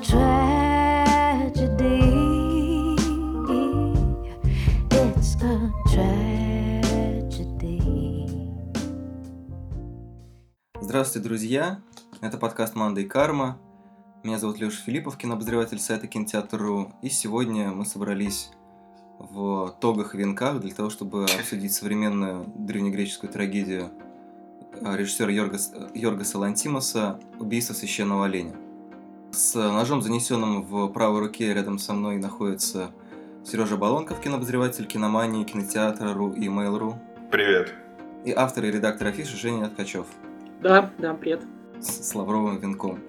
tragedy. It's a tragedy. Здравствуйте, друзья! Это подкаст «Манда и карма». Меня зовут Леша Филиппов, кинообозреватель сайта Кинотеатр.ру. И сегодня мы собрались в тогах и венках для того, чтобы обсудить современную древнегреческую трагедию режиссера Йоргоса Лантимоса «Убийство священного оленя». С ножом, занесенным в правой руке, рядом со мной находится Сережа Балонков, кинообозреватель Киномании, Кинотеатра.ру и Mail.ru. Привет. И автор и редактор афиши Женя Ткачев. Да, привет. С лавровым венком.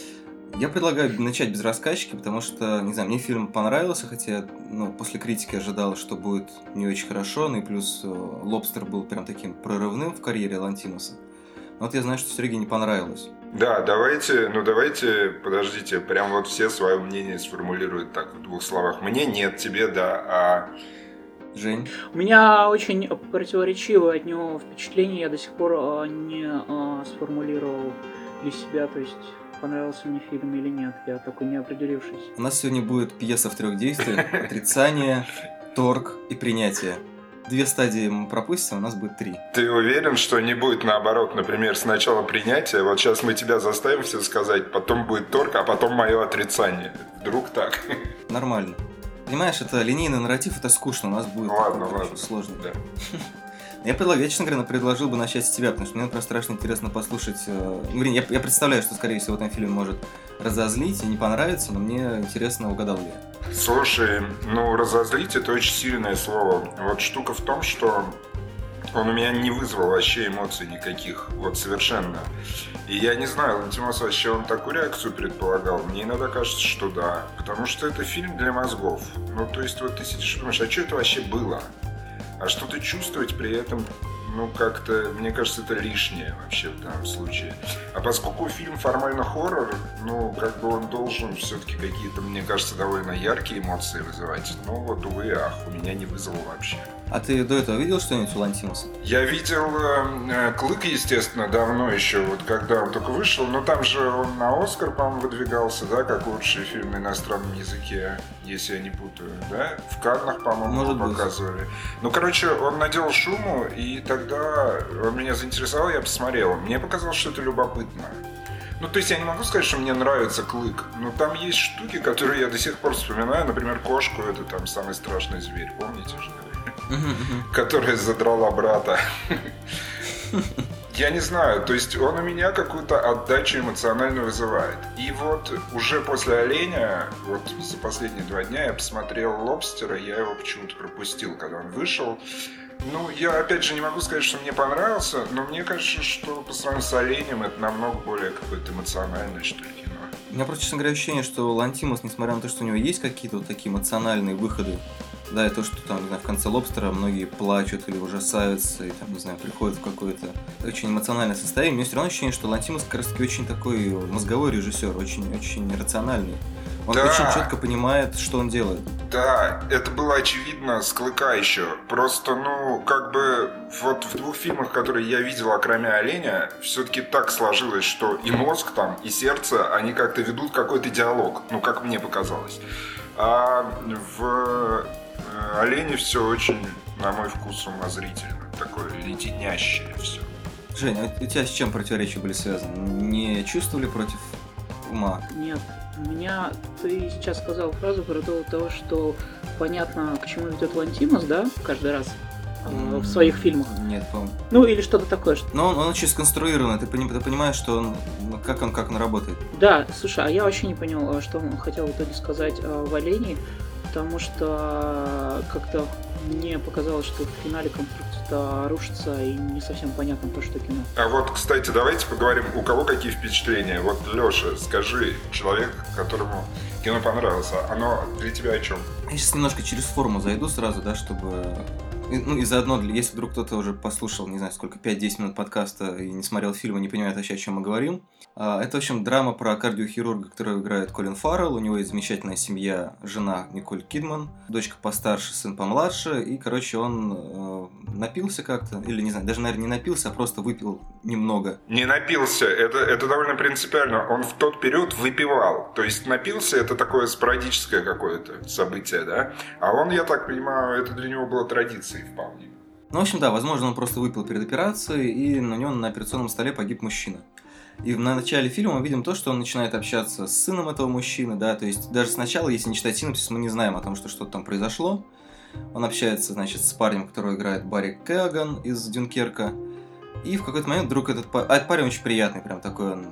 Я предлагаю начать без рассказчика, потому что, не знаю, мне фильм понравился, хотя после критики ожидал, что будет не очень хорошо, ну и плюс «Лобстер» был прям таким прорывным в карьере Лантимоса. Но вот я знаю, что Сереге не понравилось. Да, давайте, подождите, прям вот все свое мнение сформулируют так в двух словах. Мне нет, тебе да, а... Жень? У меня очень противоречивое от него впечатление, я до сих пор не сформулировал для себя, то есть понравился мне фильм или нет, я такой не определившись. У нас сегодня будет пьеса в 3 действиях: отрицание, торг и принятие. 2 стадии мы пропустим, у нас будет 3. Ты уверен, что не будет наоборот, например, сначала принятие, вот сейчас мы тебя заставим все сказать, потом будет торг, а потом мое отрицание. Вдруг так? Нормально. Понимаешь, это линейный нарратив, это скучно, у нас будет ладно, сложно. Да. Я честно говоря, предложил бы начать с тебя, потому что мне просто страшно интересно послушать. Я представляю, что, скорее всего, в этом фильме может разозлить и не понравиться, но мне интересно, угадал ли я. Слушай, разозлить — это очень сильное слово. Вот штука в том, что он у меня не вызвал вообще эмоций никаких, вот совершенно. И я не знаю, Лантимос вообще он такую реакцию предполагал. Мне иногда кажется, что да. Потому что это фильм для мозгов. То есть вот ты сидишь и думаешь, а что это вообще было? А что-то чувствовать при этом, как-то, мне кажется, это лишнее вообще в данном случае. А поскольку фильм формально хоррор, он должен все-таки какие-то, мне кажется, довольно яркие эмоции вызывать. Увы, у меня не вызвало вообще. А ты до этого видел что-нибудь у Лантимоса? Я видел «Клык», естественно, давно еще, вот когда он только вышел, но там же он на «Оскар», по-моему, выдвигался, да, как лучший фильм на иностранном языке, если я не путаю, да? В Каннах, по-моему, его показывали. Он наделал шуму, и тогда он меня заинтересовал, я посмотрел. Мне показалось, что это любопытно. То есть я не могу сказать, что мне нравится «Клык», но там есть штуки, которые я до сих пор вспоминаю, например, кошку, это там самый страшный зверь, помните же? Которая задрала брата. Я не знаю, то есть он у меня какую-то отдачу эмоциональную вызывает. И вот уже после «Оленя», вот за последние 2 дня я посмотрел «Лобстера», я его почему-то пропустил, когда он вышел. Я опять же не могу сказать, что мне понравился, но мне кажется, что по сравнению с «Оленем» это намного более какое-то эмоциональное, что ли, кино. У меня просто, честно говоря, ощущение, что Лантимос, несмотря на то, что у него есть какие-то вот такие эмоциональные выходы, да, и то, что там, не знаю, в конце «Лобстера» многие плачут или ужасаются, и там, не знаю, приходят в какое-то очень эмоциональное состояние, у меня все равно ощущение, что Лантимос как раз таки очень такой мозговой режиссер, очень рациональный. Он очень четко понимает, что он делает. Да, это было очевидно с «Клыка» еще. Просто, вот в 2 фильмах, которые я видел, кроме «Оленя», все-таки так сложилось, что и мозг там, и сердце, они как-то ведут какой-то диалог, как мне показалось. А в «Олене» все очень, на мой вкус, умозрительно, такое леденящее все. Женя, у тебя с чем противоречия были связаны? Не чувствовали против ума? Нет. У меня, ты сейчас сказал фразу про того, что понятно, к чему ведет Лантимос, да, каждый раз в своих фильмах. Нет, по-моему. Или что-то такое. Но он очень сконструирован, ты понимаешь, что он как он работает. Да, слушай, а я вообще не понял, что он хотел в итоге сказать в «Олене», потому что как-то мне показалось, что в финале конструкция рушится и не совсем понятно то, что кино. А вот, кстати, давайте поговорим, у кого какие впечатления. Вот, Леша, скажи, человек, которому кино понравилось, оно для тебя о чем? Я сейчас немножко через форму зайду сразу, да, чтобы И заодно, если вдруг кто-то уже послушал, не знаю, сколько, 5-10 минут подкаста и не смотрел фильм и не понимает вообще, о чем мы говорим, это, в общем, драма про кардиохирурга, которого играет Колин Фаррелл. У него есть замечательная семья, жена Николь Кидман, дочка постарше, сын помладше, и, короче, он напился как-то, или, не знаю, даже, наверное, не напился, а просто выпил немного. Не напился, это довольно принципиально. Он в тот период выпивал. То есть напился — это такое спорадическое какое-то событие, да? А он, я так понимаю, это для него было традицией вполне. Ну, в общем, да, возможно, он просто выпил перед операцией, и на нем на операционном столе погиб мужчина. И в начале фильма мы видим то, что он начинает общаться с сыном этого мужчины, да, то есть даже сначала, если не читать синопсис, мы не знаем о том, что что-то там произошло. Он общается, значит, с парнем, которого играет Барри Кеоган из Дюнкерка. И в какой-то момент вдруг этот парень очень приятный, прям такой он...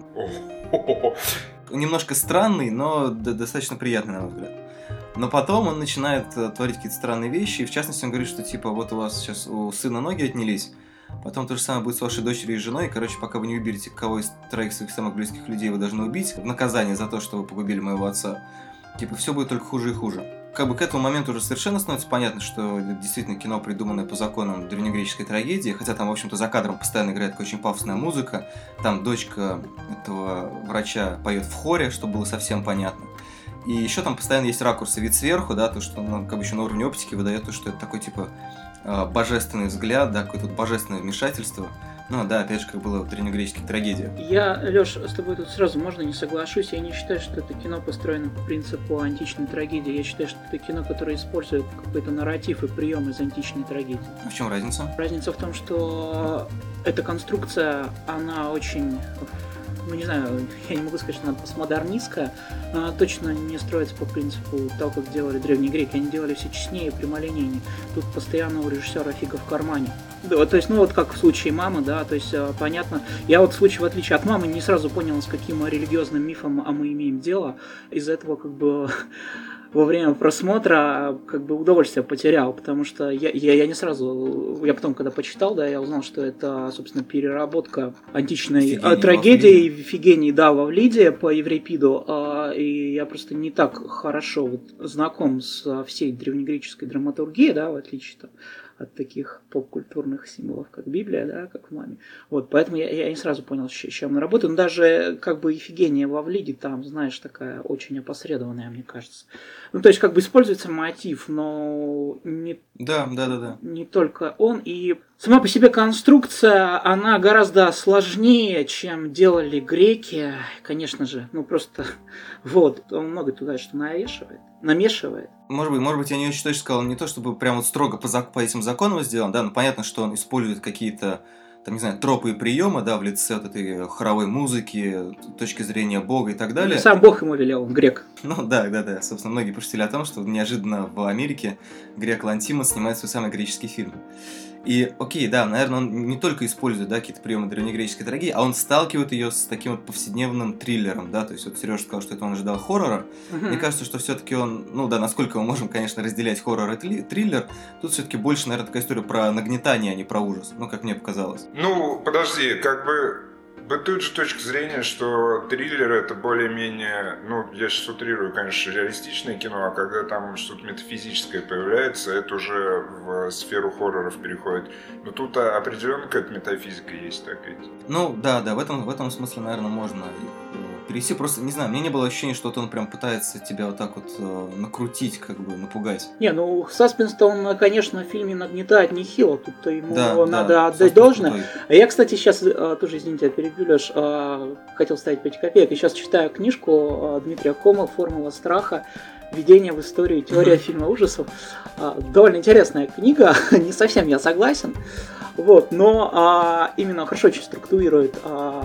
Немножко странный, но достаточно приятный, на мой взгляд. Но потом он начинает творить какие-то странные вещи, и в частности он говорит, что типа вот у вас сейчас у сына ноги отнялись, потом то же самое будет с вашей дочерью и женой, и, короче, пока вы не уберете кого из троих своих самых близких людей вы должны убить, в наказание за то, что вы погубили моего отца, типа все будет только хуже и хуже. Как бы к этому моменту уже совершенно становится понятно, что это действительно кино, придуманное по законам древнегреческой трагедии, хотя там, в общем-то, за кадром постоянно играет такая очень пафосная музыка, там дочка этого врача поет в хоре, чтобы было совсем понятно. И еще там постоянно есть ракурсы, вид сверху, да, то, что он как бы еще на уровне оптики выдает то, что это такой типа божественный взгляд, да, какое-то божественное вмешательство. Ну да, опять же, как было в древнегреческих трагедиях. Я, Лёш, с тобой тут сразу можно не соглашусь. Я не считаю, что это кино построено по принципу античной трагедии. Я считаю, что это кино, которое использует какой-то нарратив и прием из античной трагедии. А в чем разница? Разница в том, что эта конструкция, она очень... Ну, не знаю, я не могу сказать, что она постмодернистская, но она точно не строится по принципу того, как делали древние греки. Они делали все честнее и прямолинейнее. Тут постоянно у режиссера фига в кармане. Да, то есть, ну вот как в случае «Мамы», да, то есть, понятно. Я вот в случае, в отличие от «Мамы», не сразу понял, с каким религиозным мифом мы имеем дело. Из-за этого, как бы... во время просмотра как бы удовольствие потерял, потому что я не сразу, я потом, когда почитал, да, я узнал, что это, собственно, переработка античной трагедии Фигении, да, в Авлиде по Еврипиду, и я просто не так хорошо вот знаком со всей древнегреческой драматургией, да, в отличие там от таких поп-культурных символов, как Библия, да, как в «Маме». Вот, поэтому я не сразу понял, с чем мы работаем. Но даже как бы Ифигения в Авлиде там, знаешь, такая очень опосредованная, мне кажется. Ну, то есть, как бы используется мотив, но не, не только он. И сама по себе конструкция, она гораздо сложнее, чем делали греки. Конечно же, ну просто вот, он много туда что намешивает. Может быть, я не очень точно сказал, не то чтобы прям вот строго по этим законам сделан, да, но понятно, что он использует какие-то, там, не знаю, тропы и приемы, да, в лице вот этой хоровой музыки, точки зрения Бога и так далее. Сам Бог ему велел, он грек. Ну да, собственно, многие пошутили о том, что неожиданно в Америке грек Лантимос снимает свой самый греческий фильм. И, окей, да, наверное, он не только использует, да, какие-то приемы древнегреческой трагедии, а он сталкивает ее с таким вот повседневным триллером, да, то есть вот Сережа сказал, что это он ожидал хоррора. Мне кажется, что все-таки он, ну да, насколько мы можем, конечно, разделять хоррор и триллер, тут все-таки больше, наверное, такая история про нагнетание, а не про ужас, ну, как мне показалось. Ну, подожди, как бы... Бытует же точка зрения, что триллер — это более-менее, ну, я сейчас утрирую, конечно, реалистичное кино, а когда там что-то метафизическое появляется, это уже в сферу хорроров переходит. Но тут определенно какая-то метафизика есть, так ведь. Ну, да, в этом смысле, наверное, можно перейти. Просто, не знаю, мне не было ощущения, что вот он прям пытается тебя вот так вот накрутить, как бы, напугать. Не, ну, саспенс-то он, конечно, в фильме нагнетает нехило, тут-то ему надо отдать должное. А я, кстати, сейчас тоже, извините, перебью, Лёш, хотел ставить 5 копеек, и сейчас читаю книжку Дмитрия Кома «Формула страха. Введение в историю теория фильма ужасов». Довольно интересная книга, не совсем я согласен, вот, но именно хорошо очень структурирует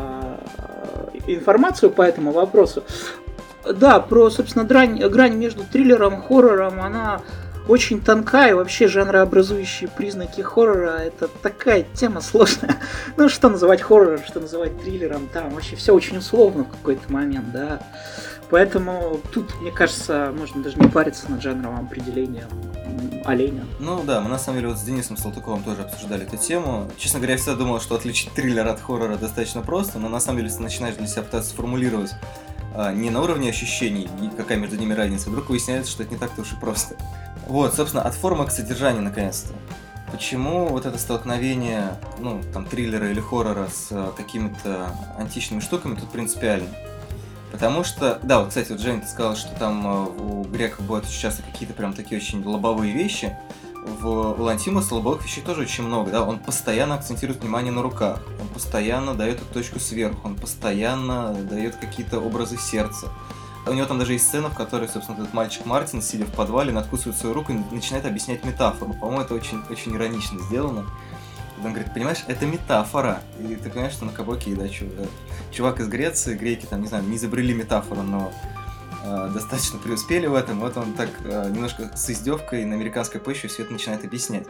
информацию по этому вопросу. Да, про, собственно, грань между триллером и хоррором, она очень тонкая, и вообще жанрообразующие признаки хоррора — это такая тема сложная. Ну, что называть хоррором, что называть триллером, там вообще все очень условно в какой-то момент, да. Поэтому тут, мне кажется, можно даже не париться над жанровым определением оленя. Ну да, мы на самом деле вот с Денисом Салтыковым тоже обсуждали эту тему. Честно говоря, я всегда думал, что отличить триллер от хоррора достаточно просто, но на самом деле, если начинаешь для себя пытаться сформулировать не на уровне ощущений, и какая между ними разница, вдруг выясняется, что это не так-то уж и просто. Вот, собственно, от формы к содержанию, наконец-то. почему вот это столкновение, ну, там, триллера или хоррора с какими-то античными штуками тут принципиально. Потому что, да, вот, кстати, вот Женя, ты сказал, что там у греков бывают очень часто какие-то прям такие очень лобовые вещи. У Лантимоса лобовых вещей тоже очень много, да, он постоянно акцентирует внимание на руках, он постоянно дает эту точку сверху, он постоянно дает какие-то образы сердца. У него там даже есть сцена, в которой, собственно, этот мальчик Мартин, сидя в подвале, надкусывает свою руку и начинает объяснять метафору. По-моему, это очень, очень иронично сделано. Он говорит, понимаешь, это метафора. И ты понимаешь, что, ну-ка, окей, да, чувак из Греции, греки там, не знаю, не изобрели метафору, но достаточно преуспели в этом. Вот он так немножко с издевкой на американской почве все это начинает объяснять.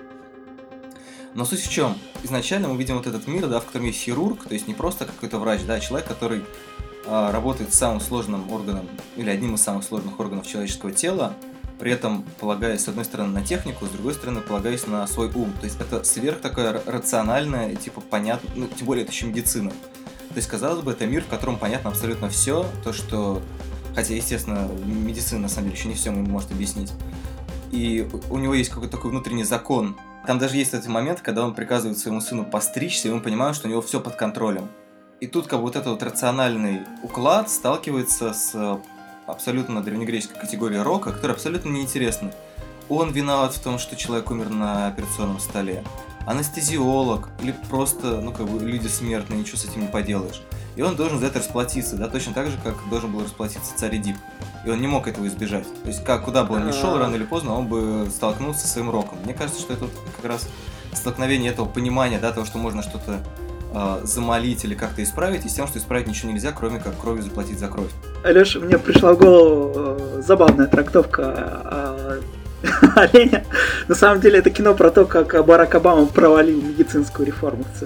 Но суть в чем? Изначально мы видим вот этот мир, да, в котором есть хирург, то есть не просто какой-то врач, да, а человек, который работает с самым сложным органом, или одним из самых сложных органов человеческого тела, при этом полагаясь, с одной стороны, на технику, с другой стороны, полагаясь на свой ум. То есть это сверх такое рациональное, типа понятно, ну, тем более это еще медицина. То есть, казалось бы, это мир, в котором понятно абсолютно все, то, что... Хотя, естественно, медицина, на самом деле, еще не все ему может объяснить. И у него есть какой-то такой внутренний закон. Там даже есть этот момент, когда он приказывает своему сыну постричься, и мы понимаем, что у него все под контролем. И тут как бы вот этот вот рациональный уклад сталкивается с абсолютно древнегреческой категорией рока, которая абсолютно неинтересна. Он виноват в том, что человек умер на операционном столе. Анестезиолог или просто, ну, как бы люди смертные, ничего с этим не поделаешь. И он должен за это расплатиться, да, точно так же, как должен был расплатиться царь Эдип. И он не мог этого избежать. То есть, куда бы он ни шел, рано или поздно он бы столкнулся со своим роком. Мне кажется, что это вот как раз столкновение этого понимания, да, того, что можно что-то замолить или как-то исправить, и с тем, что исправить ничего нельзя, кроме как кровью заплатить за кровь. Алёш, мне пришла в голову забавная трактовка оленя. На самом деле это кино про то, как Барак Обама провалил медицинскую реформу в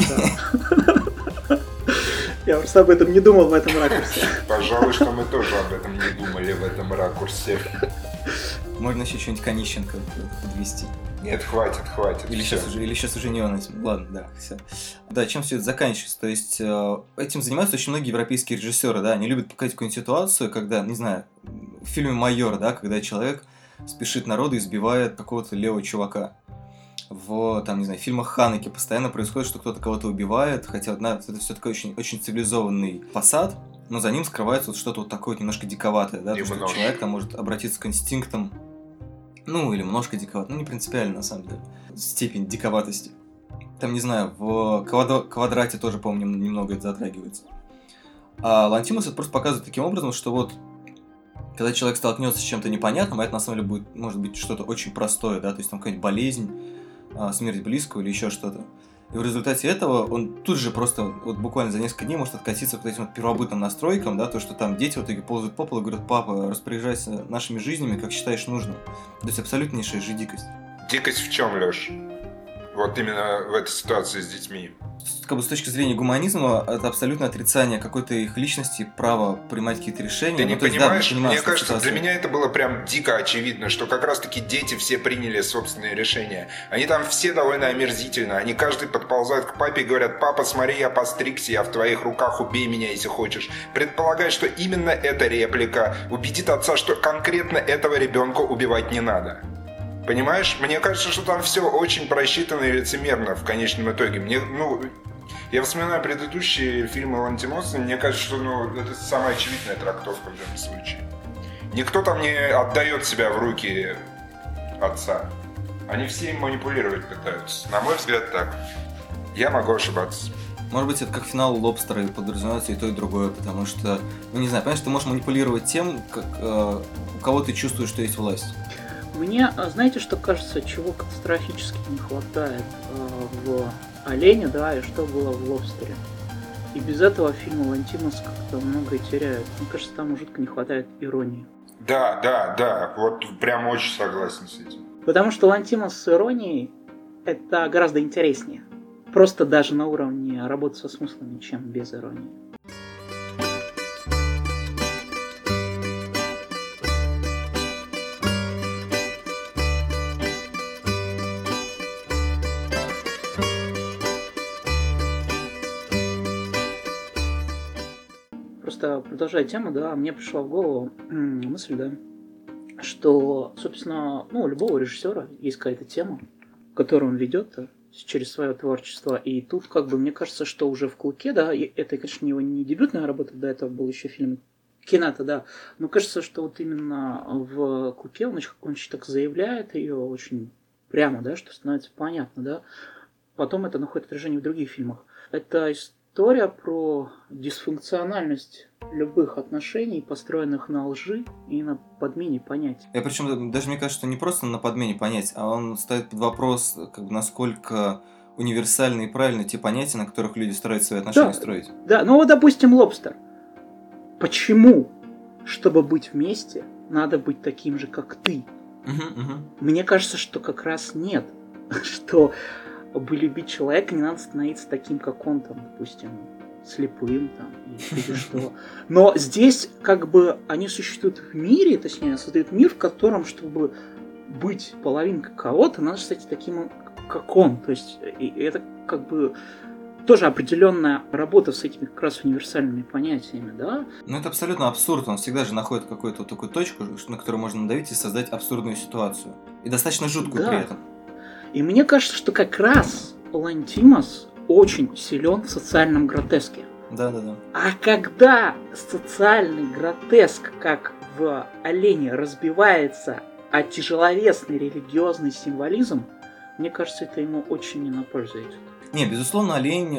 США. Я просто об этом не думал в этом ракурсе. Пожалуй, что мы тоже об этом не думали в этом ракурсе. Можно еще что-нибудь Конищенко подвести. Нет, хватит. Или сейчас уже не он этим. Ладно, да, все. Да, чем все это заканчивается? То есть этим занимаются очень многие европейские режиссеры, да, они любят показать какую-нибудь ситуацию, когда, не знаю, в фильме «Майор», да, когда человек спешит народу и избивает какого-то левого чувака. Там, не знаю, в фильмах Ханеке постоянно происходит, что кто-то кого-то убивает, хотя это все такой очень, очень цивилизованный фасад, но за ним скрывается вот что-то вот такое немножко диковатое, да, то, что человек там может обратиться к инстинктам, ну, или немножко диковато, ну, не принципиально, на самом деле, степень диковатости. Там, не знаю, в «Квадрате» тоже, по-моему, немного это затрагивается. А Лантимос это просто показывает таким образом, что вот когда человек столкнется с чем-то непонятным, а это на самом деле может быть что-то очень простое, да, то есть там какая-нибудь болезнь, смерть близкого или еще что-то. И в результате этого он тут же просто, вот буквально за несколько дней может откатиться к этим вот первобытным настройкам, да, то, что там дети в итоге ползают по полу и говорят: папа, распоряжайся нашими жизнями, как считаешь нужным. То есть абсолютнейшая же дикость. Дикость в чем, Леш? Вот именно в этой ситуации с детьми. Как бы с точки зрения гуманизма, это абсолютное отрицание какой-то их личности, права принимать какие-то решения. Ты не то есть, понимаешь? да, Мне кажется, для меня это было прям дико очевидно, что как раз-таки дети все приняли собственные решения. Они там все довольно омерзительно. Они каждый подползают к папе и говорят: папа, смотри, я постригся, я в твоих руках, убей меня, если хочешь. Предполагая, что именно эта реплика убедит отца, что конкретно этого ребенка убивать не надо. Понимаешь? Мне кажется, что там все очень просчитано и лицемерно в конечном итоге. Я вспоминаю предыдущие фильмы Лантимоса, мне кажется, что это самая очевидная трактовка в данном случае. Никто там не отдает себя в руки отца. Они все им манипулировать пытаются. На мой взгляд, так. Я могу ошибаться. Может быть, это как финал «Лобстера», и подразумевается и то, и другое, потому что, не знаю, понимаешь, ты можешь манипулировать тем, как, у кого ты чувствуешь, что есть власть. Мне, знаете, что кажется, чего катастрофически не хватает в «Олене», да, и что было в «Лобстере». И без этого фильма Лантимос как-то многое теряет. Мне кажется, там жутко не хватает иронии. Да, вот прям очень согласен с этим. Потому что Лантимос с иронией — это гораздо интереснее. Просто даже на уровне работы со смыслами, чем без иронии. Просто продолжая тему, да, мне пришла в голову мысль, да, что, собственно, у любого режиссера есть какая-то тема, который он ведет через свое творчество. И тут, как бы, мне кажется, что уже в «Клыке», да, это, конечно, его не дебютная работа, до этого был еще фильм «Кинато», да, но кажется, что вот именно в «Клыке» он очень так заявляет ее очень прямо, да, что становится понятно, да. Потом это находит отражение в других фильмах. Это история про дисфункциональность любых отношений, построенных на лжи и на подмене понятий. И причем даже мне кажется, что не просто на подмене понятий, а он ставит под вопрос, как бы, насколько универсальны и правильны те понятия, на которых люди стараются свои отношения строить. Да, ну вот, допустим, «Лобстер». Почему, чтобы быть вместе, надо быть таким же, как ты? Мне кажется, что как раз нет. Что бы любить человека, не надо становиться таким, как он, там, допустим, слепым там, или что. Но здесь как бы они существуют в мире, точнее, создают мир, в котором, чтобы быть половинкой кого-то, надо стать таким, как он. То есть и это как бы тоже определенная работа с этими как раз универсальными понятиями, да? Ну, это абсолютно абсурд. Он всегда же находит какую-то такую точку, на которую можно надавить и создать абсурдную ситуацию. И достаточно жуткую при этом. И мне кажется, что как раз Лантимос очень силен в социальном гротеске. Да. А когда социальный гротеск, как в «Олене», разбивается о тяжеловесный религиозный символизм, мне кажется, это ему очень не на пользу идет. Не, безусловно, «Олень»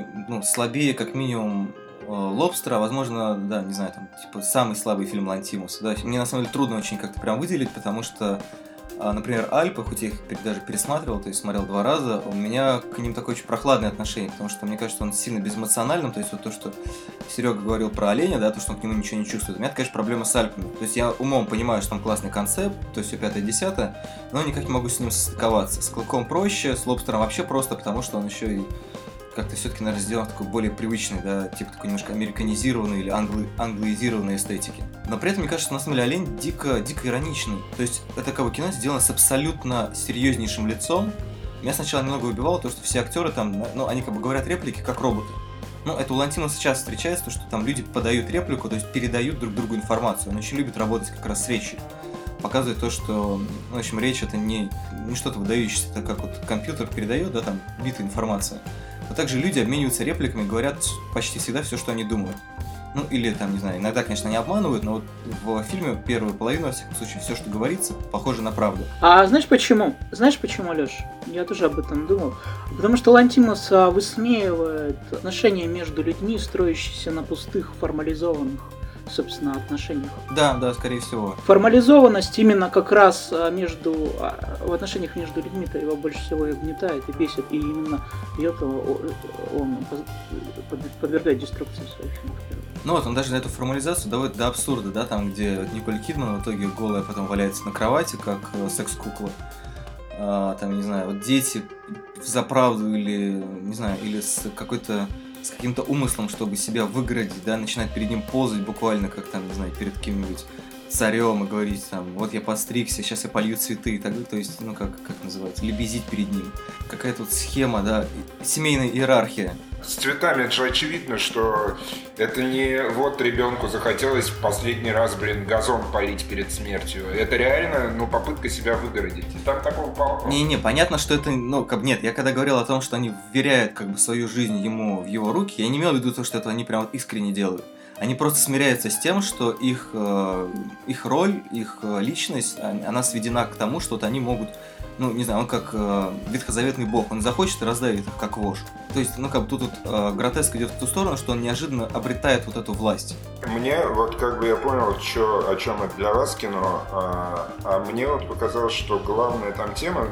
слабее, как минимум, «Лобстера», возможно, да, не знаю, там, типа, самый слабый фильм Лантимоса. Да? Мне, на самом деле, трудно очень как-то прям выделить, потому что, например, «Альпы», хоть я их даже пересматривал, то есть смотрел 2 раза, у меня к ним такое очень прохладное отношение, потому что, мне кажется, он сильно безэмоциональным, то есть вот то, что Серега говорил про «Оленя», да, то, что он к нему ничего не чувствует. У меня, конечно, проблема с «Альпами». То есть я умом понимаю, что там классный концепт, то есть все 5-10, но никак не могу с ним состыковаться. С «Клыком» проще, с «Лобстером» вообще просто, потому что он еще и как-то все-таки, наверное, сделан такой более привычный, да, типа такой немножко американизированной или англоизированной эстетики. Но при этом, мне кажется, на самом деле «Олень» дико ироничный. То есть это как бы кино сделано с абсолютно серьезнейшим лицом. Меня сначала немного убивало то, что все актеры там, ну, они как бы говорят реплики как роботы. Ну, это у Лантимоса сейчас встречается, то, что там люди подают реплику, то есть передают друг другу информацию. Он очень любит работать как раз с речью. Показывает то, что, в общем, речь это не что-то выдающееся, это как вот компьютер передает, да, там, битая информация. Но также люди обмениваются репликами, говорят почти всегда все, что они думают. Ну, или там, не знаю, иногда, конечно, они обманывают, но вот в фильме первую половину, во всяком случае, все, что говорится, похоже на правду. А знаешь почему? Лёш? Я тоже об этом думал. Потому что Лантимос высмеивает отношения между людьми, строящиеся на пустых, формализованных, собственно, отношениях. Да, скорее всего. Формализованность именно как раз в отношениях между людьми-то его больше всего и угнетает, и бесит, и именно он подвергает деструкции своих фильмов. Ну вот, он даже эту формализацию доводит до абсурда, да, там, где Николь Кидман в итоге голая потом валяется на кровати, как секс-кукла. Там, не знаю, вот дети взаправду или, не знаю, или с каким-то умыслом, чтобы себя выгородить, да, начинать перед ним ползать буквально, как там, не знаю, перед каким-нибудь царем и говорить там, вот я подстригся, сейчас я полью цветы и так далее, то есть, ну, как называется, лебезить перед ним. Какая-то вот схема, да, семейная иерархия. С цветами это же очевидно, что это не вот ребенку захотелось в последний раз, газон полить перед смертью. Это реально, попытка себя выгородить. И там такого полно. Не, понятно, что это, нет, я когда говорил о том, что они вверяют как бы свою жизнь ему в его руки, я не имел в виду то, что это они прям искренне делают. Они просто смиряются с тем, что их роль, их личность, она сведена к тому, что вот они могут, не знаю, он как ветхозаветный бог, он захочет и раздавит их как вошь. То есть, тут гротеск идет в ту сторону, что он неожиданно обретает вот эту власть. Мне я понял, о чем это для вас кино, а мне показалось, что главная там тема,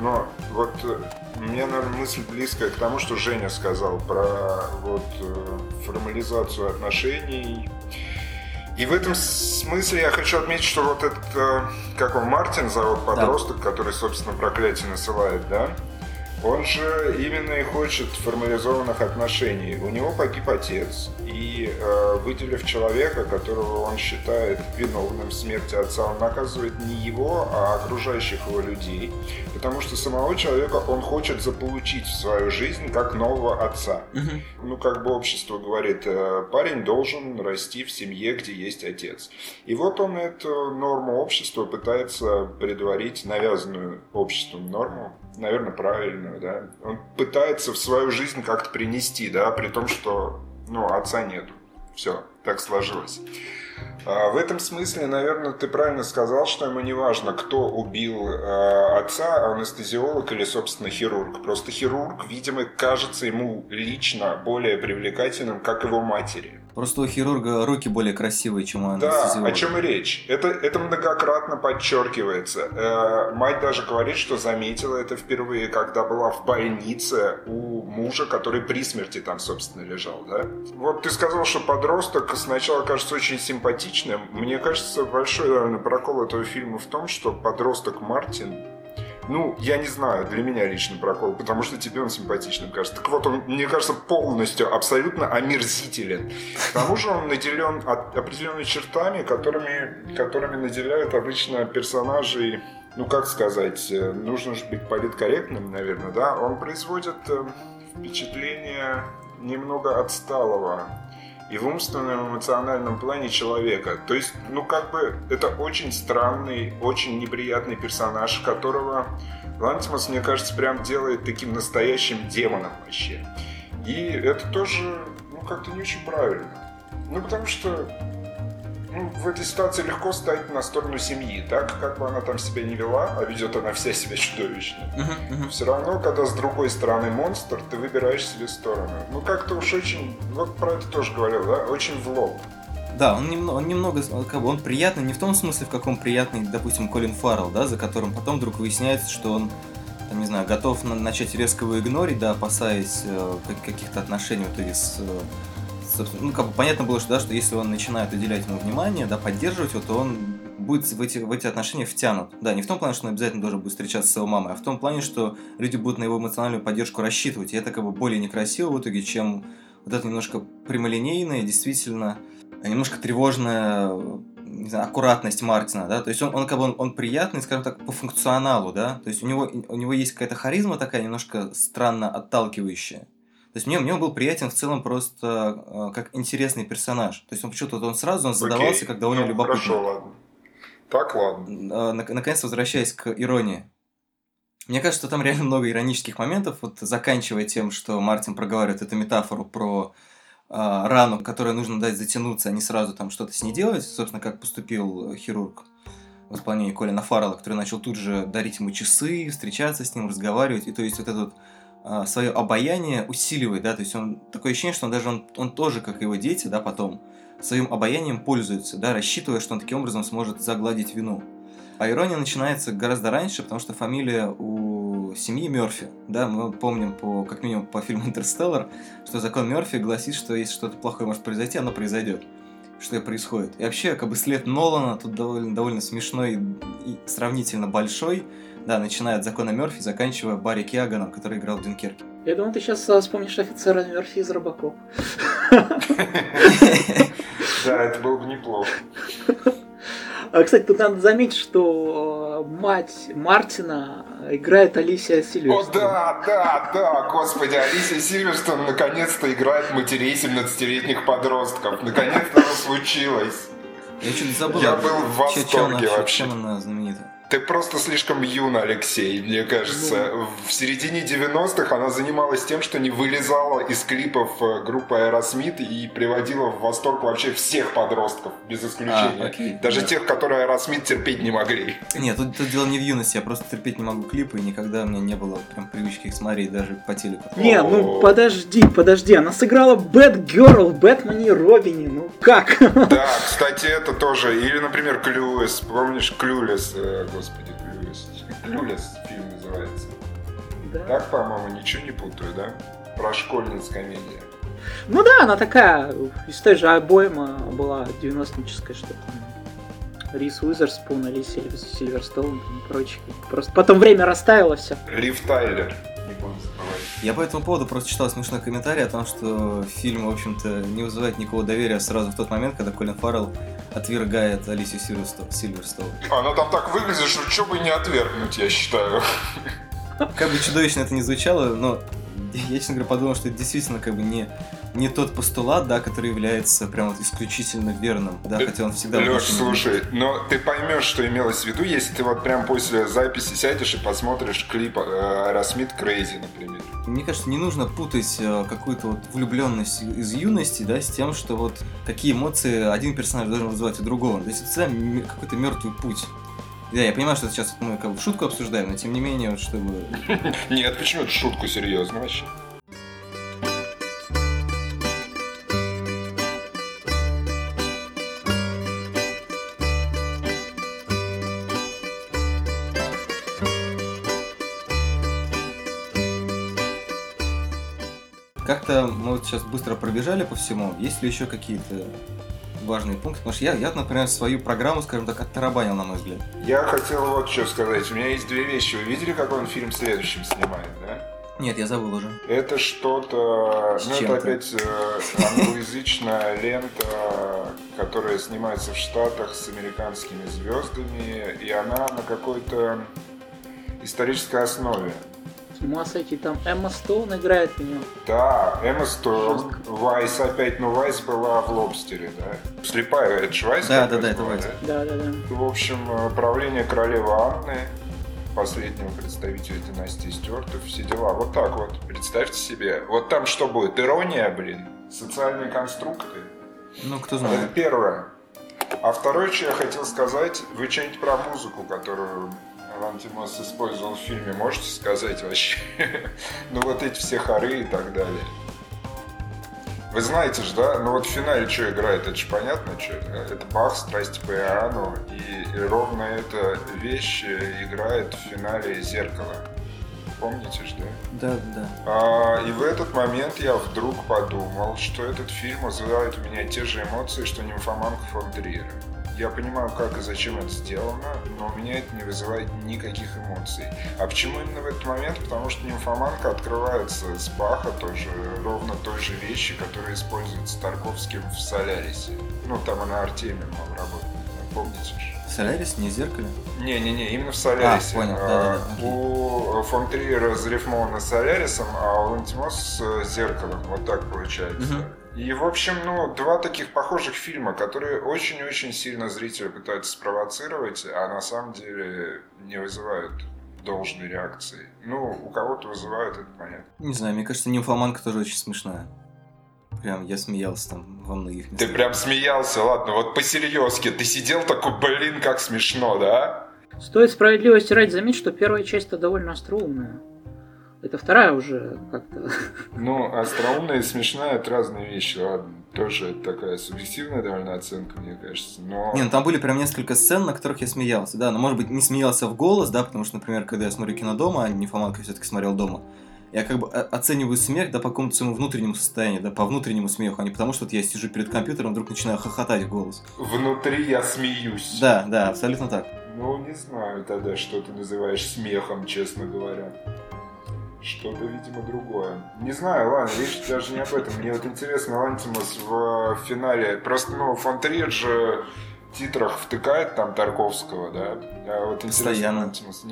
мне, наверное, мысль близкая к тому, что Женя сказал про формализацию отношений. И в этом смысле я хочу отметить, что этот, Мартин зовут, подросток, да, который, собственно, проклятие насылает, да? Он же именно и хочет формализованных отношений. У него погиб отец, и выделив человека, которого он считает виновным в смерти отца, он наказывает не его, а окружающих его людей. Потому что самого человека он хочет заполучить в свою жизнь как нового отца. Общество говорит, парень должен расти в семье, где есть отец. И вот он эту норму общества пытается предварить, навязанную обществом норму, наверное, правильную, да. Он пытается в свою жизнь как-то принести, да, при том, что, отца нету. Все, так сложилось. В этом смысле, наверное, ты правильно сказал, что ему не важно, кто убил отца, анестезиолог или, собственно, хирург. Просто хирург, видимо, кажется ему лично более привлекательным, как его матери. Просто у хирурга руки более красивые, чем у анестезиолога. Да, о чем и речь. Это многократно подчеркивается. Мать даже говорит, что заметила это впервые, когда была в больнице у мужа, который при смерти там, собственно, лежал. Да? Вот ты сказал, что подросток сначала кажется очень симпатичным. Мне кажется, большой, наверное, прокол этого фильма в том, что подросток Мартин, я не знаю, для меня лично прокол, потому что тебе он симпатичным кажется. Так вот, он, мне кажется, полностью, абсолютно омерзителен. К тому же он наделен определенными чертами, которыми наделяют обычно персонажей, как сказать, нужно же быть политкорректным, наверное, да? Он производит впечатление немного отсталого и в умственном, эмоциональном плане человека. То есть, это очень странный, очень неприятный персонаж, которого Лантимос, мне кажется, прям делает таким настоящим демоном вообще. И это тоже, как-то не очень правильно. Потому что в этой ситуации легко стать на сторону семьи, так? Как бы она там себя не вела, а ведет она вся себя чудовищно. Все равно, когда с другой стороны монстр, ты выбираешь себе сторону. Как-то уж очень, вот про это тоже говорил, да, очень в лоб. Да, он немного, он приятный, не в том смысле, в каком приятный, допустим, Колин Фаррелл, да, за которым потом вдруг выясняется, что он, не знаю, готов начать резко его игнорить, да, опасаясь каких-то отношений в итоге с... понятно было, что если он начинает уделять ему внимание, да, поддерживать его, то он будет в эти отношения втянут. Да, не в том плане, что он обязательно должен будет встречаться с его мамой, а в том плане, что люди будут на его эмоциональную поддержку рассчитывать. И это более некрасиво в итоге, чем вот это немножко прямолинейное, действительно, немножко тревожная, не знаю, аккуратность Мартина, да, то есть он приятный, скажем так, по функционалу, да, то есть у него есть какая-то харизма такая немножко странно отталкивающая. То есть мне он был приятен в целом просто как интересный персонаж. То есть он почему-то он задавался, как довольно любопытный. Хорошо, ладно. Так, ладно. Наконец, возвращаясь к иронии. Мне кажется, что там реально много иронических моментов, вот заканчивая тем, что Мартин проговаривает эту метафору про рану, которой нужно дать затянуться, а не сразу там что-то с ней делать, собственно, как поступил хирург в исполнении Колина Фаррелла, который начал тут же дарить ему часы, встречаться с ним, разговаривать, и то есть вот этот свое обаяние усиливает, да, то есть он такое ощущение, что он тоже, как и его дети, да, потом своим обаянием пользуется, да, рассчитывая, что он таким образом сможет загладить вину. А ирония начинается гораздо раньше, потому что фамилия у семьи Мёрфи, да, мы помним как минимум по фильму «Интерстеллар», что закон Мёрфи гласит, что если что-то плохое может произойти, оно произойдет. Что и происходит. И вообще, след Нолана тут довольно смешной и сравнительно большой, да, начиная от закона Мёрфи, заканчивая Барри Кеоганом, который играл в Дюнкерке. Я думаю, ты сейчас вспомнишь офицера Мёрфи из Робокоп. Да, это было бы неплохо. Кстати, тут надо заметить, что мать Мартина играет Алисия Сильверстон. О, да, господи, Алисия Сильверстон наконец-то играет матерей 17-летних подростков. Наконец-то это случилось. Я чуть забыл. Я был в восторге вообще. Чем она знаменита? Ты просто слишком юн, Алексей, мне кажется. В середине 90-х она занималась тем, что не вылезала из клипов группы Aerosmith и приводила в восторг вообще всех подростков, без исключения. Окей, даже да. тех, которые Aerosmith терпеть не могли. Нет, тут дело не в юности, я просто терпеть не могу клипы, и никогда у меня не было прям привычки их смотреть даже по телеку. Не, подожди, она сыграла Бэтгерл в Бэтмене и Робине, как? Да, кстати, это тоже. Или, например, Клюлес, помнишь Клюлес? Господи, Клюлес фильм называется. Да. Так, по-моему, ничего не путаю, да? Про школьниц комедия. Ну да, она такая, из той же обойма была 90-ническая, что там Риз Уизерспун, Алисия Сильверстоун и прочее. Просто потом время растаяло все. Лив Тайлер, не помню забывать. Я по этому поводу просто читал смешной комментарий о том, что фильм, в общем-то, не вызывает никакого доверия сразу в тот момент, когда Колин Фаррелл отвергает Алисию Сильверстоун. Она там так выглядит, что бы не отвергнуть, я считаю. Как бы чудовищно это ни звучало, но я, честно говоря, подумал, что это действительно как бы не тот постулат, да, который является прям вот исключительно верным, да, хотя он всегда... Лёш, слушай, но ты поймешь, что имелось в виду, если ты вот прям после записи сядешь и посмотришь клип Aerosmith Crazy, например. Мне кажется, не нужно путать какую-то вот влюбленность из юности, да, с тем, что вот какие эмоции один персонаж должен вызывать у другого. То есть это всегда какой-то мертвый путь. Да, я понимаю, что сейчас мы как бы шутку обсуждаем, но тем не менее, вот чтобы... Нет, почему это шутку серьезно вообще? Как-то мы вот сейчас быстро пробежали по всему. Есть ли еще какие-то важные пункты? Потому что я, например, свою программу, скажем так, оттарабанил, на мой взгляд. Я хотел вот что сказать. У меня есть две вещи. Вы видели, какой он фильм следующим снимает, да? Нет, я забыл уже. Это что-то... С Ну, чем-то. это опять англоязычная лента, которая снимается в Штатах с американскими звездами, и она на какой-то исторической основе. С ума сойти, там Эмма Стоун играет в него. Да, Эмма Стоун, Вайс опять, но Вайс была в «Лобстере», да? Слепая, это же Вайс? Да, как да, раз это была, Вайс. Да. В общем, правление королевы Анны, последнего представителя династии Стюартов, все дела. Вот так вот, представьте себе. Вот там что будет? Ирония, блин? Социальные конструкты? Ну, кто Это знает. первое. А второе, что я хотел сказать, вы что-нибудь про музыку, которую Лантимос использовал в фильме, можете сказать вообще? Ну вот эти все хоры и так далее. Вы знаете же, да? Ну вот в финале что играет, это же понятно, что это. Это Бах, «Страсти по Иоанну», и ровно эта вещь играет в финале «Зеркало». Помните же, да? Да. И в этот момент я вдруг подумал, что этот фильм вызывает у меня те же эмоции, что «Нимфоманка» фон Триера. Я понимаю, как и зачем это сделано, но у меня это не вызывает никаких эмоций. А почему именно в этот момент? Потому что «Нимфоманка» открывается с Баха тоже, ровно той же вещи, которая используется Тарковским в «Солярисе». Ну, там она Артемьевым работает, помните же? Солярис, не зеркало? Не, именно в «Солярисе». Понял, да. У фон Триера зарифмовано «Солярисом», а у Лантимос с «Зеркалом». Вот так получается. И, в общем, два таких похожих фильма, которые очень-очень сильно зрители пытаются спровоцировать, а на самом деле не вызывают должной реакции. Ну, у кого-то вызывают, это понятно. Не знаю, мне кажется, «Нимфоманка» тоже очень смешная. Прям я смеялся там во многих местах. Ты прям смеялся, ладно, вот по-серьезки. Ты сидел такой, блин, как смешно, да? Стоит справедливости ради заметить, что первая часть-то довольно остроумная. Это вторая уже как-то... Ну, остроумная и смешная — это разные вещи, ладно. Тоже такая субъективная довольно оценка, мне кажется, но... Не, ну там были прям несколько сцен, на которых я смеялся, да, но, может быть, не смеялся в голос, да, потому что, например, когда я смотрю кино дома, а «Нимфоманка» все-таки смотрел дома, я как бы оцениваю смех, да, по какому-то своему внутреннему состоянию, да, по внутреннему смеху, а не потому, что вот я сижу перед компьютером, вдруг начинаю хохотать в голос. Внутри я смеюсь. Да, абсолютно так. Ну, не знаю тогда, что ты называешь смехом, честно говоря. Что-то, видимо, другое. Не знаю, ладно, речь даже не об этом. Мне вот интересно, Лантимос в финале... Просто, фон Триер же в титрах втыкает там Тарковского, да? А вот интересно, Постоянно. Лантимос...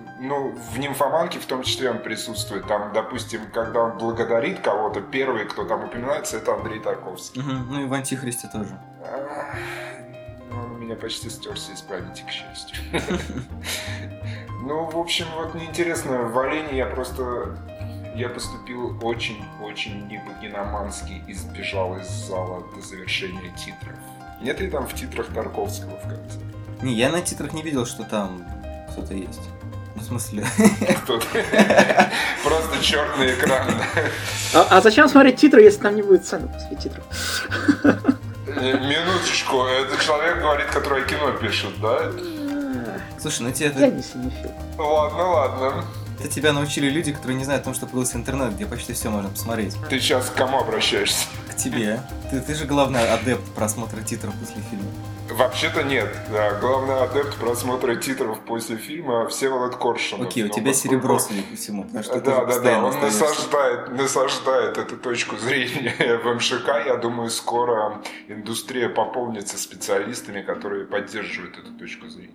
в «Нимфоманке» в том числе он присутствует. Там, допустим, когда он благодарит кого-то, первый, кто там упоминается, это Андрей Тарковский. Ну и в «Антихристе» тоже. Он у меня почти стерся из памяти, к счастью. Ну, в общем, вот мне интересно, в «Олене» я поступил очень-очень не по-киномански и сбежал из зала до завершения титров. Нет ли там в титрах Тарковского в конце? Не, я на титрах не видел, что там кто-то есть. Ну, в смысле... Кто-то. Просто черный экран. А зачем смотреть титры, если там не будет сцены после титров? Минуточку, это человек говорит, который кино пишет, да? Слушай, ну тебе Я это... не синефил. Ладно. Это тебя научили люди, которые не знают о том, что появился интернет, где почти все можно посмотреть. Ты сейчас к кому обращаешься? К тебе. Ты же главный адепт просмотра титров после фильма. Вообще-то нет. Да, главный адепт просмотра титров после фильма Всеволод Коршунов. Окей, у тебя серебро, судя по всему, потому что ты Да, постоянно он насаждает эту точку зрения в МШК. Я думаю, скоро индустрия пополнится специалистами, которые поддерживают эту точку зрения.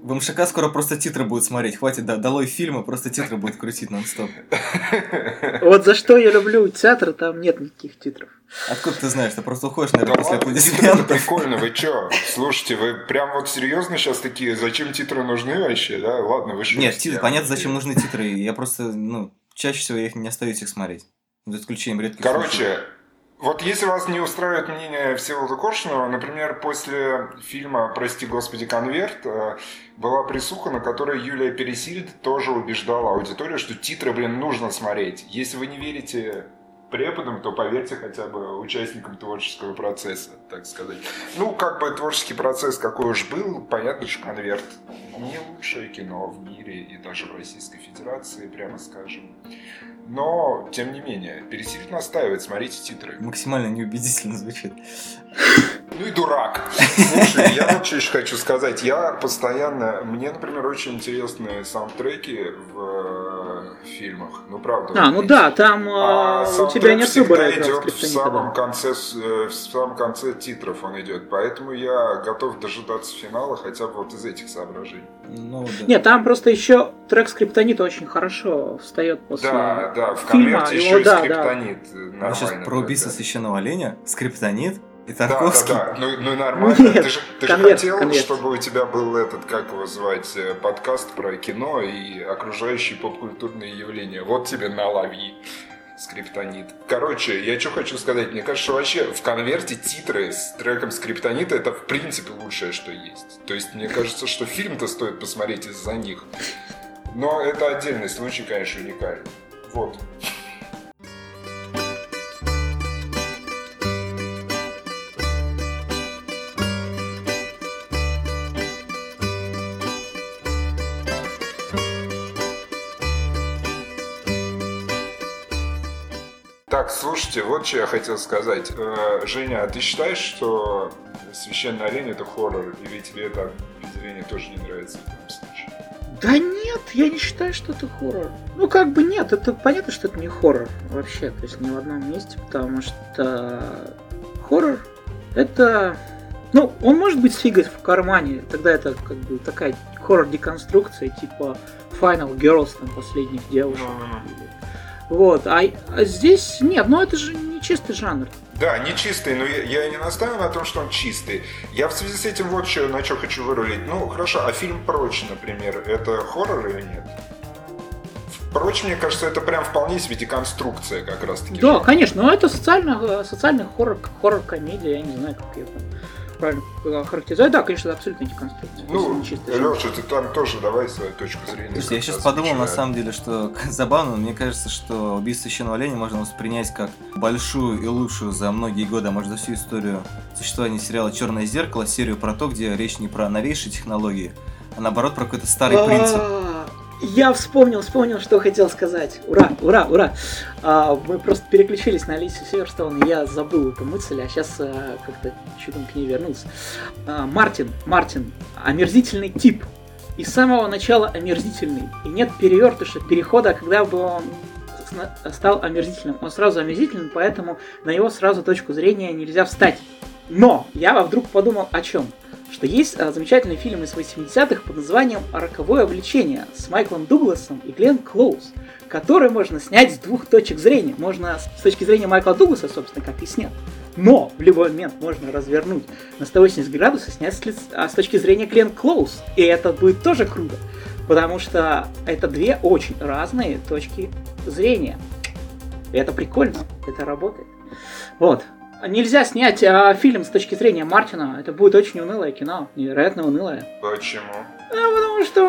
В МШК скоро просто титры будут смотреть. Хватит, долой фильма, просто титры будут крутить нон-стоп. Вот за что я люблю театр, там нет никаких титров. Откуда ты знаешь? Ты просто уходишь, наверное, Да после ладно, титры аплодисментов. прикольно, вы чё? Слушайте, вы прям вот серьезно сейчас такие, зачем титры нужны вообще, да? Ладно, вы шутите. Нет, титры, понятно, зачем нужны титры. Я просто, чаще всего я их не остаюсь их смотреть. За исключением редких случаев. Короче, вот если вас не устраивает мнение Всеволода Коршунова, например, после фильма «Прости господи, конверт» была присуха, на которой Юлия Пересильд тоже убеждала аудиторию, что титры, нужно смотреть. Если вы не верите преподам, то поверьте хотя бы участникам творческого процесса, так сказать. Творческий процесс какой уж был, понятно, что «Конверт» не лучшее кино в мире и даже в Российской Федерации, прямо скажем. Но, тем не менее, Пересильд настаивает, смотрите титры. Максимально неубедительно звучит. Ну и дурак. Слушай, я вообще еще хочу сказать, мне, например, очень интересны саундтреки в фильмах. Ну, правда. Там у тебя нет выбора. Идет в самом конце титров он идет. Поэтому я готов дожидаться финала хотя бы вот из этих соображений. Да. Нет, там просто еще трек Скриптонита очень хорошо встает после Да, в фильма. конверте еще и Скриптонит. Мы сейчас про убийство священного оленя, Скриптонит и Тарковский. Да. Ну нормально. Нет, ты же конверт. хотел, чтобы у тебя был как его звать, подкаст про кино и окружающие поп-культурные явления. Вот тебе налови. Скриптонит. Короче, я что хочу сказать. Мне кажется, что вообще в конверте титры с треком Скриптонита это в принципе лучшее, что есть. То есть мне кажется, что фильм-то стоит посмотреть из-за них. Но это отдельный случай, конечно, уникальный. Вот. Так, слушайте, вот что я хотел сказать. Женя, а ты считаешь, что «Священный олень» — это хоррор? Или тебе это определение тоже не нравится в этом случае? Да нет, я не считаю, что это хоррор. Нет, это понятно, что это не хоррор вообще, то есть ни в одном месте, потому что хоррор это... он может быть с фигой в кармане, тогда это такая хоррор-деконструкция, типа Final Girls, там, последних девушек. Вот, а здесь нет, это же не чистый жанр. Да, не чистый, но я не настаиваю на том, что он чистый. Я в связи с этим вот на что хочу вырулить. Хорошо, а фильм «Прочь», например, это хоррор или нет? «Прочь», мне кажется, это прям вполне себе деконструкция как раз-таки. Да, конечно, но это социальный хоррор-комедия, я не знаю, как ее там правильно характеризовать. Да, конечно, это абсолютно деконструкция. Леша, ты там тоже давай свою точку зрения. Слушайте, я сейчас подумал, на самом деле, что забавно, мне кажется, что «Убийство священного оленя» можно воспринять как большую и лучшую за многие годы, а может за всю историю существования сериала «Черное зеркало», серию про то, где речь не про новейшие технологии, а наоборот про какой-то старый принцип. Я вспомнил, что хотел сказать. Ура! Мы просто переключились на Алисию Северстоун, и я забыл эту мысль, а сейчас как-то чудом к ней вернулся. Мартин, омерзительный тип. И с самого начала омерзительный. И нет перехода, когда бы он стал омерзительным. Он сразу омерзительный, поэтому на его сразу точку зрения нельзя встать. Но я вдруг подумал о чем? Что есть замечательный фильм из 80-х под названием «Роковое влечение» с Майклом Дугласом и Гленн Клоуз, который можно снять с двух точек зрения. Можно с точки зрения Майкла Дугласа, собственно, как и снят. Но в любой момент можно развернуть на 180 градусов и снять с точки зрения Гленн Клоуз. И это будет тоже круто, потому что это две очень разные точки зрения. И это прикольно, это работает. Вот. Нельзя снять фильм с точки зрения Мартина. Это будет очень унылое кино. Невероятно унылое. Почему? Потому что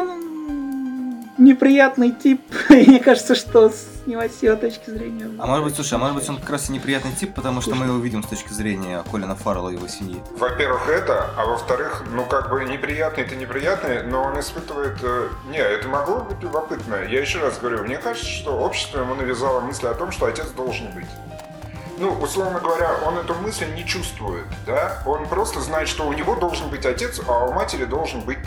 он неприятный тип. Мне кажется, что снимать с его точки зрения... А может быть, он как раз и неприятный тип, потому что мы его видим с точки зрения Колина Фаррелла и его семьи. Во-первых, это, а во-вторых, неприятный-то неприятный, но он испытывает... это могло быть любопытно. Я еще раз говорю, мне кажется, что общество ему навязало мысль о том, что отец должен быть. Условно говоря, он эту мысль не чувствует, да? Он просто знает, что у него должен быть отец, а у матери должен быть там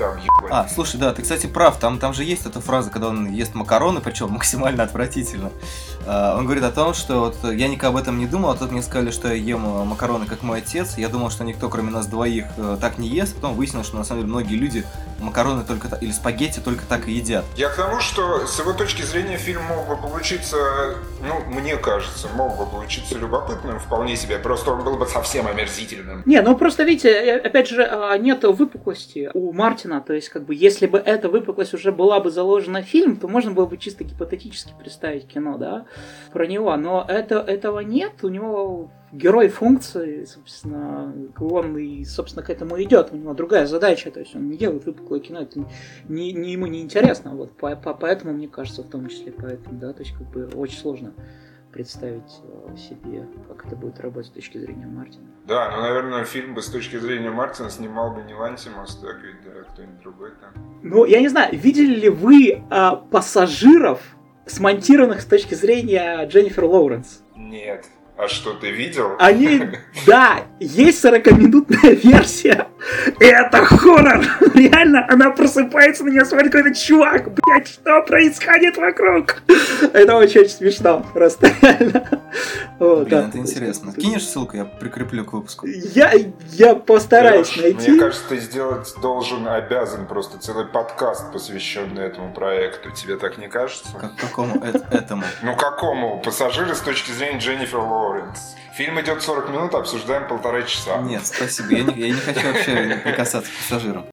захватить. Слушай, да, ты, кстати, прав. Там же есть эта фраза, когда он ест макароны, причем максимально отвратительно. Он говорит о том, что вот я никогда об этом не думал, а тут мне сказали, что я ем макароны, как мой отец. Я думал, что никто, кроме нас двоих, так не ест. Потом выяснилось, что на самом деле многие люди макароны только или спагетти только так и едят. Я к тому, что с его точки зрения фильм мог бы получиться, мне кажется, мог бы получиться любопытным вполне себе. Просто он был бы совсем омерзительным. Не, просто видите, опять же, нет выпуклости у Мартина. То есть, если бы эта выпуклость уже была бы заложена в фильм, то можно было бы чисто гипотетически представить кино, да, про него. Но этого нет. У него герой функции, собственно, он и, собственно, к этому идет. У него другая задача, то есть он не делает выпуклое кино, это ему не интересно. Вот, поэтому, мне кажется, в том числе поэтому, да, то есть очень сложно представить себе, как это будет работать с точки зрения Мартина. Да, наверное, фильм бы с точки зрения Мартина снимал бы не Лантимос, так ведь, да, кто-нибудь другой там. Я не знаю, видели ли вы пассажиров, смонтированных с точки зрения Дженнифер Лоуренс? Нет. А что, ты видел? Да, есть 40-минутная версия, и это хоррор. Реально, она просыпается, на нее смотрит какой-то чувак. Блять, что происходит вокруг? Это очень смешно, просто реально. Блин, это интересно. Кинешь ссылку, я прикреплю к выпуску. Я постараюсь найти. Мне кажется, ты сделать обязан просто целый подкаст, посвященный этому проекту. Тебе так не кажется? Какому этому? Какому? Пассажиры с точки зрения Дженнифер Лоуренс. Фильм идет 40 минут, обсуждаем 1,5 часа. Нет, спасибо, я не хочу вообще прикасаться к пассажирам.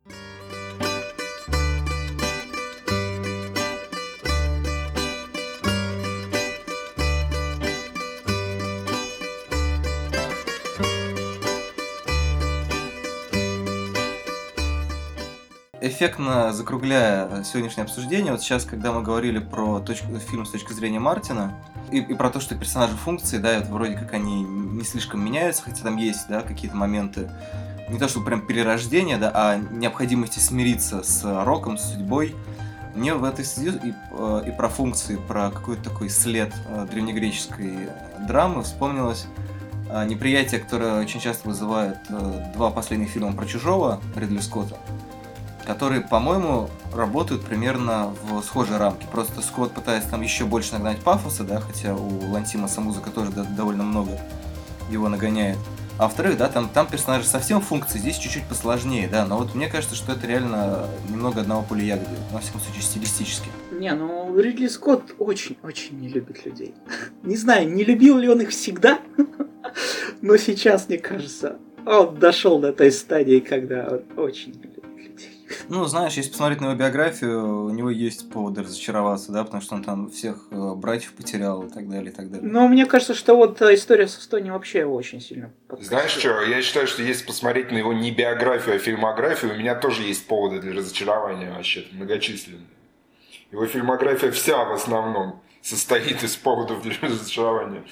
Эффектно закругляя сегодняшнее обсуждение, вот сейчас, когда мы говорили про фильм с точки зрения Мартина, и про то, что персонажи функции, да, вот вроде как они не слишком меняются, хотя там есть, да, какие-то моменты, не то что прям перерождения, да, а необходимости смириться с роком, с судьбой. Мне в этой связи и про функции, про какой-то такой след древнегреческой драмы вспомнилось неприятие, которое очень часто вызывает два последних фильма про Чужого Ридли Скотта, которые, по-моему, работают примерно в схожей рамке. Просто Скотт пытается там еще больше нагнать пафоса, да, хотя у Лантимоса музыка тоже довольно много его нагоняет. А во-вторых, да, там персонажи совсем функции, здесь чуть-чуть посложнее, да, но вот мне кажется, что это реально немного одного поля ягоды, во всяком случае, стилистически. Ридли Скотт очень не любит людей. Не знаю, не любил ли он их всегда, но сейчас, мне кажется, он дошел до той стадии, когда он очень не любит людей. Знаешь, если посмотреть на его биографию, у него есть поводы разочароваться, да, потому что он там всех братьев потерял и так далее, и так далее. Но мне кажется, что вот история со Стони вообще его очень сильно подкосила. Знаешь что, я считаю, что если посмотреть на его не биографию, а фильмографию, у меня тоже есть поводы для разочарования вообще многочисленные. Его фильмография вся в основном состоит из поводов для разочарования.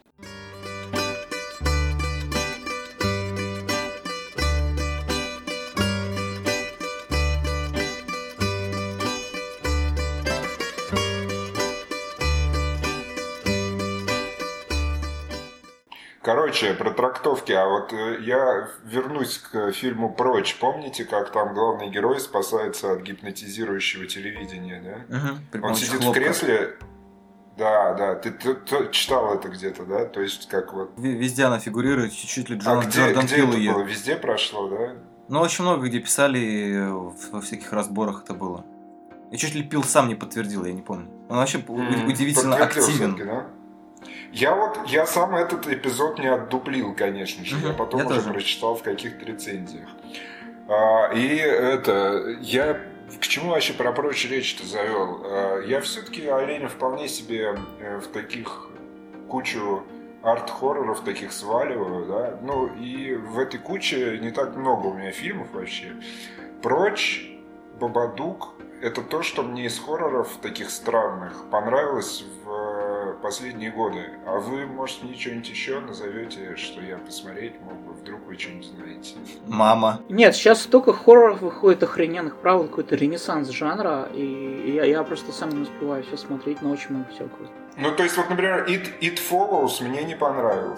Короче, про трактовки. А вот я вернусь к фильму «Прочь». Помните, как там главный герой спасается от гипнотизирующего телевидения, да? Он сидит в кресле. Да, ты читал это где-то, да? То есть как вот... Везде она фигурирует, чуть-чуть ли Джордан где Пил это ее. было? Везде прошло, да? Очень много где писали, во всяких разборах это было. И чуть ли Пил сам не подтвердил, я не помню. Он вообще удивительно активен. Да? Я сам этот эпизод не отдуплил, конечно же. Я потом уже прочитал в каких-то рецензиях. Я к чему вообще про «Прочь» речь-то завел? Я все-таки оленя вполне себе в таких кучу арт-хорроров таких сваливаю, да. И в этой куче не так много у меня фильмов вообще. «Прочь», «Бабадук» — это то, что мне из хорроров таких странных понравилось в последние годы. А вы, может, мне что-нибудь еще назовете, что я посмотреть мог бы? Вдруг вы что-нибудь знаете? «Мама». Нет, сейчас столько хорроров выходит охрененных, правда, какой-то ренессанс жанра, и я просто сам не успеваю все смотреть, но очень много всего круто. То есть, вот, например, It Follows мне не понравился.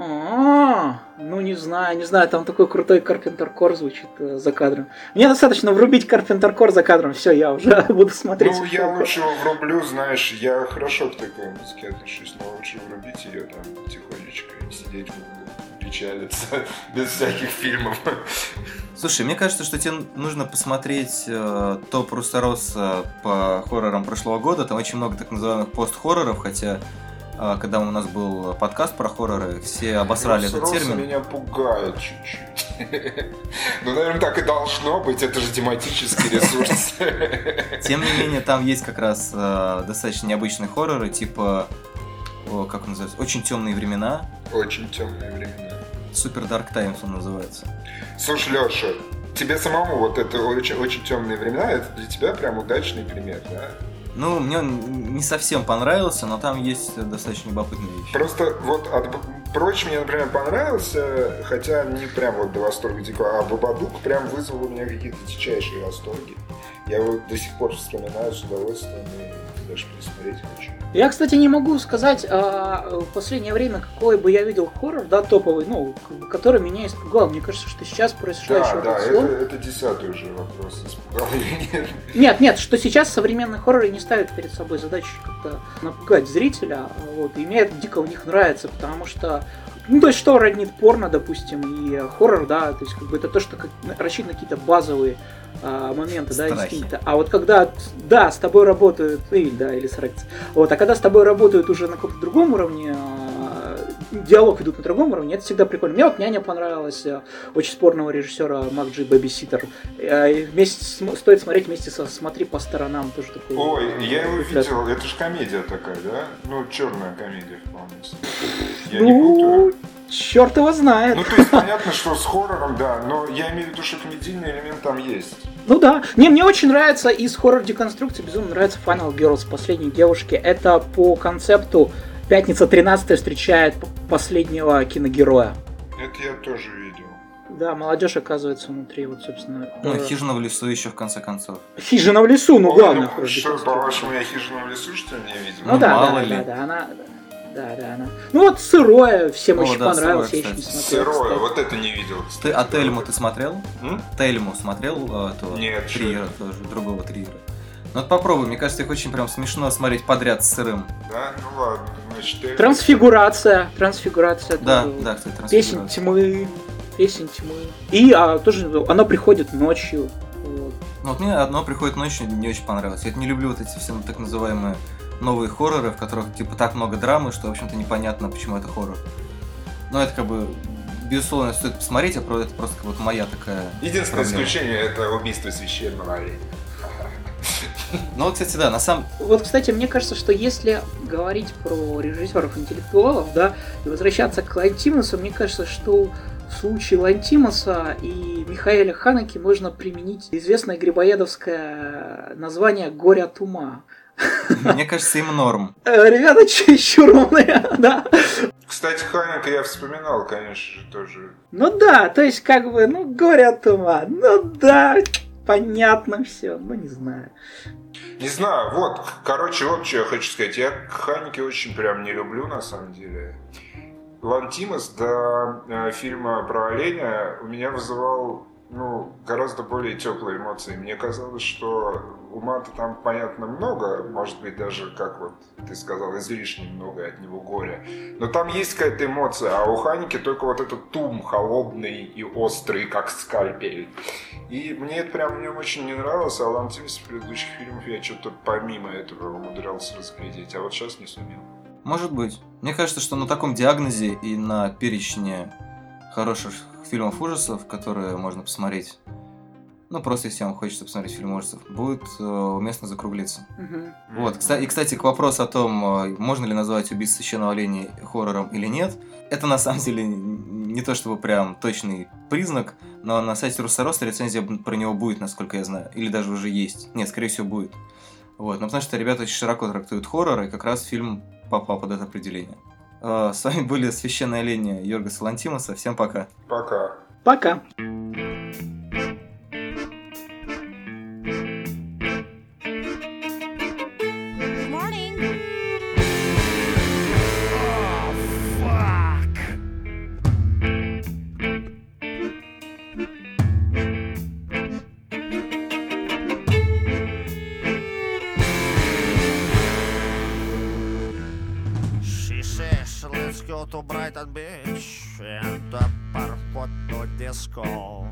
Ну, не знаю, там такой крутой Carpenter Core звучит за кадром. Мне достаточно врубить Carpenter Core за кадром, все, я уже буду смотреть. Ну, я лучше его врублю, знаешь, я хорошо к такой музыке отношусь, но лучше врубить ее там тихонечко и сидеть в углу, печалиться, без всяких фильмов. Слушай, мне кажется, что тебе нужно посмотреть топ Руссороса по хоррорам прошлого года. Там очень много так называемых пост-хорроров, хотя когда у нас был подкаст про хорроры, все обосрали этот термин. Меня пугает чуть-чуть. Ну, наверное, так и должно быть, это же тематический ресурс. Тем не менее, там есть как раз достаточно необычные хорроры, типа, как он называется, «Очень темные времена». Очень темные времена. Super Dark Times он называется. Слушай, Леша, тебе самому вот это очень темные времена, это для тебя прям удачный пример, да? Ну, мне он не совсем понравился, но там есть достаточно любопытные вещи. Просто вот Прочь мне, например, понравился, хотя не прям вот до восторга дикого, а Бабадук прям вызвал у меня какие-то дичайшие восторги. Я его до сих пор вспоминаю с удовольствием и даже пересмотреть хочу. Я, кстати, не могу сказать в последнее время, какой бы я видел хоррор, да, топовый, ну, который меня испугал. Мне кажется, что сейчас происходящее Да, это 10-й уже вопрос, испугал или нет. Нет, что сейчас современные хорроры не ставят перед собой задачу как-то напугать зрителя, вот, и мне это дико у них нравится, потому что, ну, то есть, что роднит порно, допустим, и хоррор, да, то есть, как бы это то, что рассчитано на какие-то базовые моменты, да, инстинкта. А вот когда, да, с тобой работают, или срать, вот, а когда с тобой работают уже на каком-то другом уровне, диалог идут на другом уровне, это всегда прикольно. Мне вот «Няня» понравилась, очень спорного режиссера Мак Джи Бэбиситер. Стоит смотреть вместе со «Смотри по сторонам», тоже такой. Ой, я его видел, это же комедия такая, да? Ну, черная комедия вполне. Я не путаю. Черт его знает. Ну, то есть понятно, что с хоррором, да, но я имею в виду, что комедийный элемент там есть. Ну да. Мне очень нравится из хоррор-деконструкции, безумно нравится Final Girls, «Последние девушки». Это по концепту «Пятница 13-я» встречает последнего киногероя. Это я тоже видел. Да, молодежь оказывается внутри, вот, собственно. Ну, «Хижина в лесу» еще в конце концов. «Хижина в лесу», ну, главное. Ну, что, по-вашему, я «Хижина в лесу», что ли, не видел? Ну, да, мало ли. она... Да, она. Ну вот «Сырое» всем очень понравилось, «Сырое», я еще не смотрел. «Сырое», вот это не видел. Ты «Тельму» ты смотрел? «Тельму» смотрел? Нет. Триера тоже, другого Триера. Ну вот попробуй, мне кажется, их очень прям смешно смотреть подряд с «Сырым». Да? Ну ладно, значит... Трансфигурация. Да, кстати, Песень «Трансфигурация». тьмы. И тоже оно приходит ночью. Вот. Ну вот мне одно приходит ночью не очень понравилось. Я не люблю вот эти все так называемые новые хорроры, в которых типа так много драмы, что в общем-то непонятно, почему это хоррор. Но это как бы безусловно стоит посмотреть, это просто вот моя такая. Единственное проблема. исключение — это «Убийство священного оленя». Ну вот, кстати, да, на самом... Вот, кстати, мне кажется, что если говорить про режиссеров-интеллектуалов, да, и возвращаться к Лантимосу, мне кажется, что в случае Лантимоса и Михаэля Ханеке можно применить известное грибоедовское название «Горе от ума». Мне кажется, им норм. Ребята чересчур умные, да. Кстати, Ханека я вспоминал, конечно же, тоже. Ну да, то есть как бы, «Горе от ума», ну да, понятно все, не знаю. Не знаю, вот, короче, вот что я хочу сказать. Я Ханеке очень прям не люблю, на самом деле. Лантимос до фильма про оленя у меня вызывал, гораздо более теплые эмоции. Мне казалось, что ума-то там, понятно, много, может быть, даже, как вот ты сказал, излишне много от него горя. Но там есть какая-то эмоция, а у Ханеке только вот этот тум холодный и острый, как скальпель. И мне это прям в нем очень не нравилось, а Лантимос в предыдущих фильмах я что-то помимо этого умудрялся разглядеть, а вот сейчас не сумел. Может быть. Мне кажется, что на таком диагнозе и на перечне хороших фильмов ужасов, которые можно посмотреть, просто если вам хочется посмотреть фильм ужасов, будет уместно закруглиться. Угу. Вот. И, кстати, к вопросу о том, можно ли назвать «Убийство священного оленя» хоррором или нет, это на самом деле не то чтобы прям точный признак, но на сайте Руссороса рецензия про него будет, насколько я знаю, или даже уже есть. Нет, скорее всего, будет. Вот. Но потому что ребята очень широко трактуют хоррор, и как раз фильм попал под это определение. С вами были «Священные олени» Йоргоса Лантимоса. Всем пока. Пока. Пока. to Brighton Beach and the Parfoto Disco.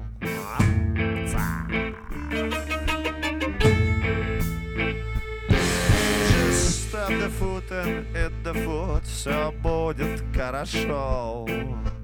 Just at the foot and at the foot, все будет хорошо.